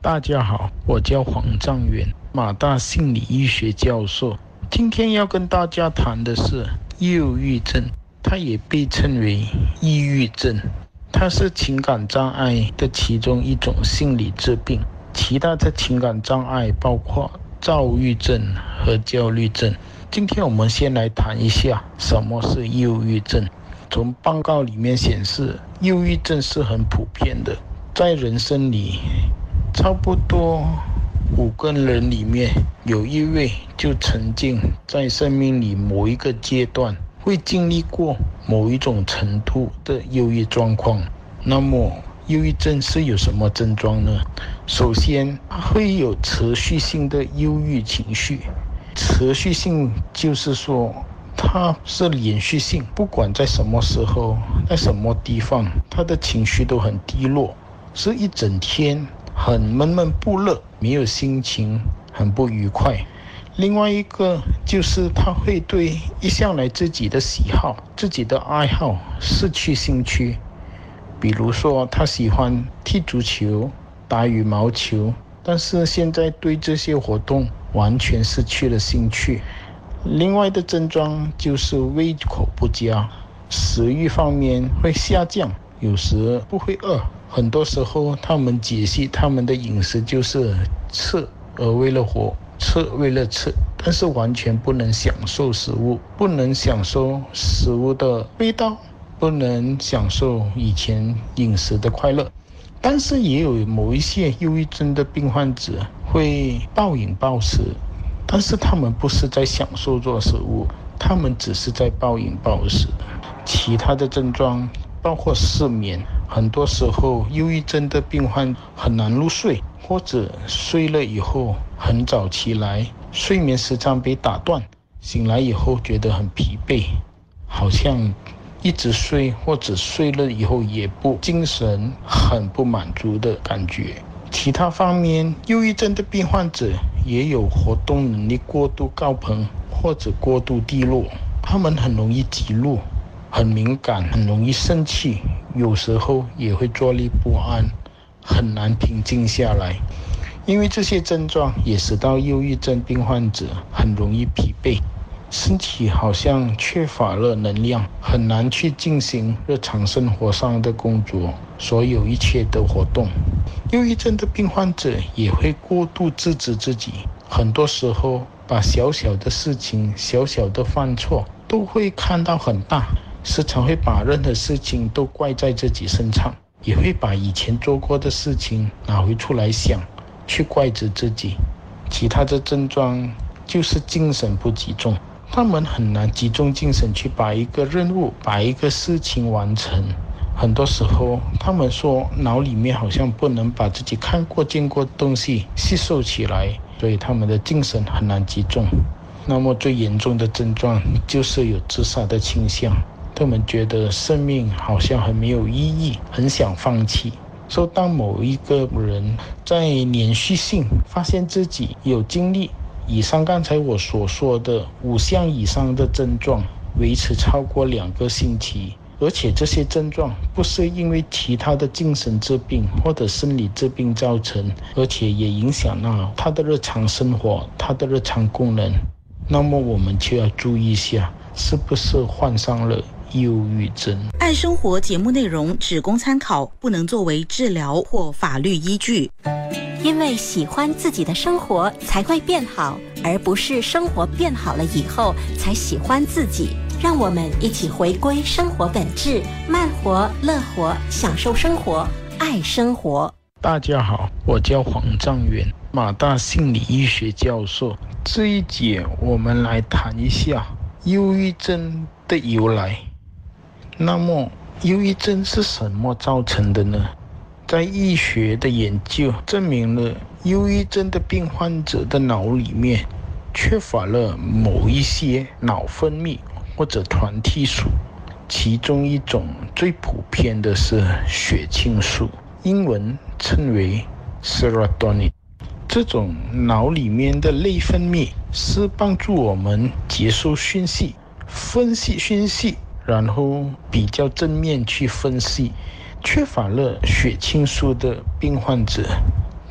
大家好，我叫黄丈元，马大心理医学教授。今天要跟大家谈的是忧郁症，它也被称为抑郁症，它是情感障碍的其中一种心理疾病。其他的情感障碍包括躁郁症和焦虑症。今天我们先来谈一下什么是忧郁症。从报告里面显示，忧郁症是很普遍的，在人生里差不多5个人里面有1位就曾经在生命里某一个阶段会经历过某一种程度的忧郁状况。那么忧郁症是有什么症状呢？首先会有持续性的忧郁情绪，持续性就是说它是连续性，不管在什么时候在什么地方，他的情绪都很低落，是一整天很闷闷不乐，没有心情，很不愉快。另外一个就是他会对一向来自己的喜好、自己的爱好失去兴趣，比如说他喜欢踢足球、打羽毛球，但是现在对这些活动完全失去了兴趣。另外的症状就是胃口不佳，食欲方面会下降，有时不会饿。很多时候他们解析他们的饮食就是吃而为了活，吃为了吃，但是完全不能享受食物，不能享受食物的味道，不能享受以前饮食的快乐。但是也有某一些忧郁症的病患者会暴饮暴食，但是他们不是在享受做食物，他们只是在暴饮暴食。其他的症状包括失眠，很多时候忧郁症的病患很难入睡，或者睡了以后很早起来，睡眠时常被打断，醒来以后觉得很疲惫，好像一直睡，或者睡了以后也不精神，很不满足的感觉。其他方面，忧郁症的病患者也有活动能力过度高膨或者过度低落，他们很容易激怒，很敏感，很容易生气，有时候也会坐立不安，很难平静下来。因为这些症状也使到忧郁症病患者很容易疲惫，身体好像缺乏了能量，很难去进行日常生活上的工作，所有一切的活动。忧郁症的病患者也会过度自责自己，很多时候把小小的事情、小小的犯错都会看到很大，时常会把任何事情都怪在自己身上，也会把以前做过的事情拿回出来想，去怪责自己。其他的症状就是精神不集中，他们很难集中精神去把一个任务、把一个事情完成。很多时候他们说脑里面好像不能把自己看过见过的东西吸收起来，所以他们的精神很难集中。那么最严重的症状就是有自杀的倾向，他们觉得生命好像很没有意义，很想放弃。所以当某一个人在连续性发现自己有经历以上刚才我所说的5项以上的症状，维持超过2个星期，而且这些症状不是因为其他的精神疾病或者生理疾病造成，而且也影响到他的日常生活、他的日常功能，那么我们就要注意一下，是不是患上了忧郁症。 爱生活节目内容只供参考，不能作为治疗或法律依据。 因为喜欢自己的生活才会变好，而不是生活变好了以后才喜欢自己。让我们一起回归生活本质，慢活、乐活，享受生活，爱生活。 大家好，我叫黄丈元，马大心理医学教授。这一节我们来谈一下忧郁症的由来。那么忧郁症是什么造成的呢？在医学的研究证明了，忧郁症的病患者的脑里面缺乏了某一些脑分泌或者团体素，其中一种最普遍的是血清素，英文称为 serotonin。 这种脑里面的内分泌是帮助我们接收讯息、分析讯息，然后比较正面去分析。缺乏了血清素的病患者，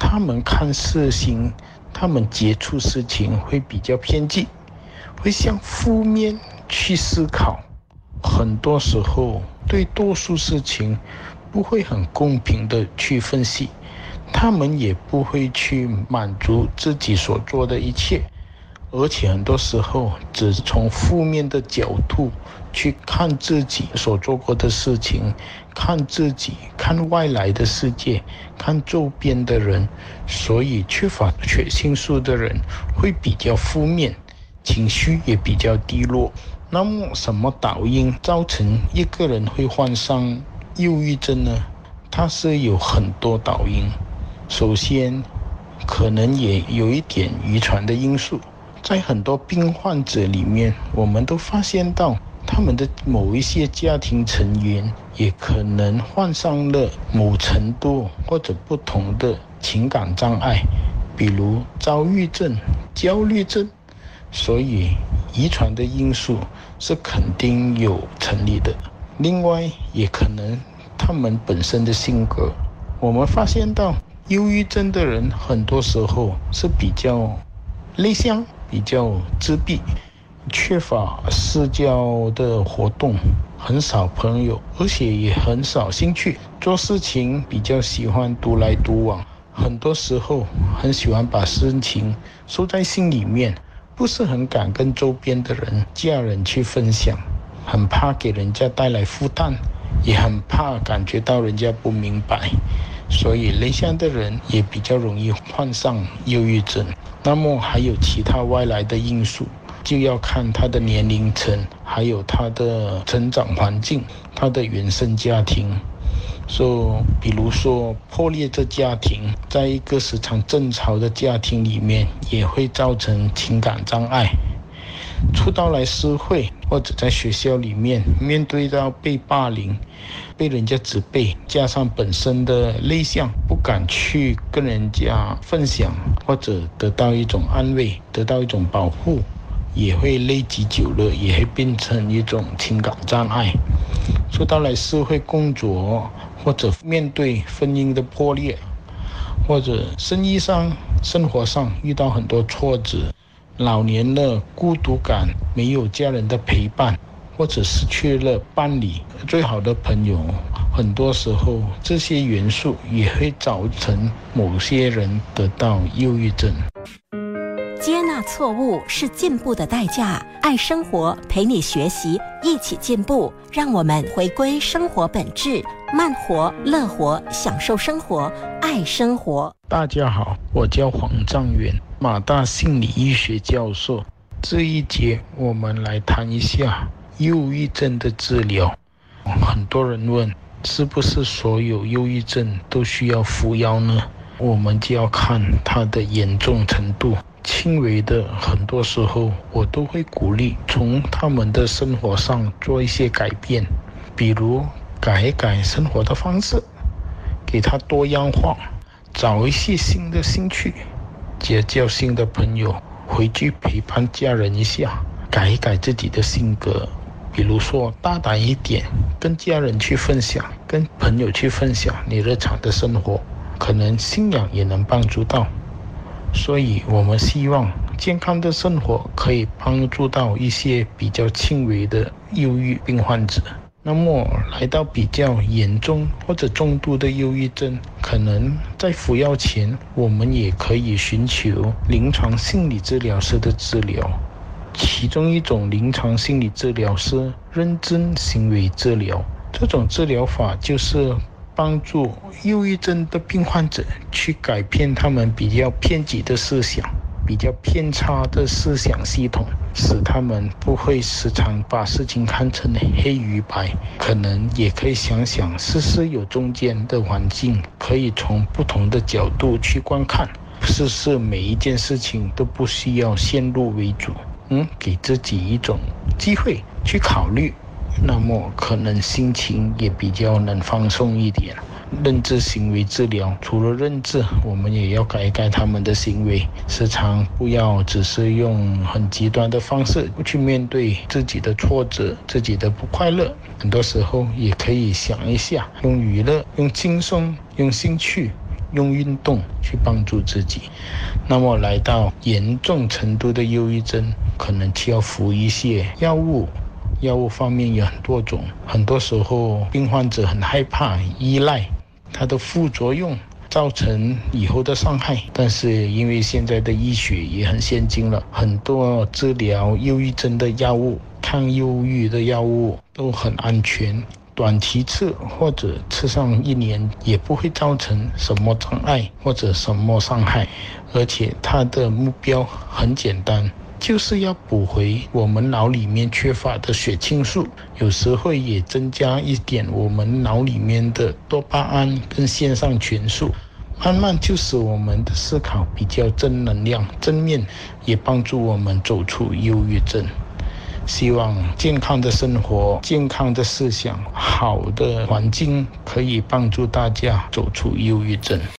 他们看事情，他们接触事情会比较偏激，会向负面去思考，很多时候对多数事情不会很公平的去分析，他们也不会去满足自己所做的一切，而且很多时候只从负面的角度去看自己所做过的事情，看自己，看外来的世界，看周边的人，所以缺乏确信素的人会比较负面，情绪也比较低落。那么什么导因造成一个人会患上忧郁症呢？它是有很多导因，首先可能也有一点遗传的因素，在很多病患者里面，我们都发现到他们的某一些家庭成员也可能患上了某程度或者不同的情感障碍，比如躁郁症、焦虑症，所以遗传的因素是肯定有成立的。另外也可能他们本身的性格，我们发现到忧郁症的人很多时候是比较内向，比较自闭，缺乏社交的活动，很少朋友，而且也很少兴趣，做事情比较喜欢独来独往，很多时候很喜欢把事情收在心里面，不是很敢跟周边的人、家人去分享，很怕给人家带来负担，也很怕感觉到人家不明白，所以内向的人也比较容易患上忧郁症。那么还有其他外来的因素，就要看他的年龄层，还有他的成长环境，他的原生家庭。比如说破裂的家庭，在一个时常争吵的家庭里面，也会造成情感障碍。出到来社会或者在学校里面，面对到被霸凌，被人家责备，加上本身的内向，不敢去跟人家分享，或者得到一种安慰，得到一种保护，也会累积久了，也会变成一种情感障碍。出到来社会工作，或者面对婚姻的破裂，或者生意上、生活上遇到很多挫折，老年了孤独感，没有家人的陪伴，或者失去了伴侣最好的朋友，很多时候这些元素也会造成某些人得到忧郁症。 接纳错误是进步的代价，爱生活，陪你学习，一起进步，让我们回归生活本质，慢活、乐活，享受生活，爱生活。 大家好，我叫黄丈元，马大心理医学教授。这一节我们来谈一下忧郁症的治疗。很多人问，是不是所有忧郁症都需要服药呢？我们就要看它的严重程度。轻微的，很多时候我都会鼓励从他们的生活上做一些改变，比如改一改生活的方式，给他多样化，找一些新的兴趣，结交新的朋友，回去陪伴家人一下，改一改自己的性格，比如说大胆一点，跟家人去分享，跟朋友去分享你日常的生活，可能信仰也能帮助到。所以我们希望健康的生活可以帮助到一些比较轻微的忧郁病患者。那么来到比较严重或者重度的忧郁症，可能在服药前，我们也可以寻求临床心理治疗师的治疗。其中一种临床心理治疗是认知行为治疗，这种治疗法就是帮助忧郁症的病患者去改变他们比较偏激的思想，比较偏差的思想系统，使他们不会时常把事情看成黑与白，可能也可以想想事事有中间的环境，可以从不同的角度去观看，事事每一件事情都不需要先入为主，给自己一种机会去考虑，那么可能心情也比较能放松一点。认知行为治疗除了认知，我们也要改一改他们的行为，时常不要只是用很极端的方式去面对自己的挫折，自己的不快乐，很多时候也可以想一下，用娱乐，用轻松，用兴趣， 用运动去帮助自己。那么来到严重程度的忧郁症，可能需要服一些药物。药物方面有很多种，很多时候病患者很害怕依赖它的副作用造成以后的伤害。但是因为现在的医学也很先进了，很多治疗忧郁症的药物、抗忧郁的药物都很安全，短期吃或者吃上1年也不会造成什么障碍或者什么伤害，而且它的目标很简单，就是要补回我们脑里面缺乏的血清素，有时会也增加一点我们脑里面的多巴胺跟腺上腺素，慢慢就使我们的思考比较正能量、正面，也帮助我们走出忧郁症。希望健康的生活、健康的思想、好的环境可以帮助大家走出忧郁症。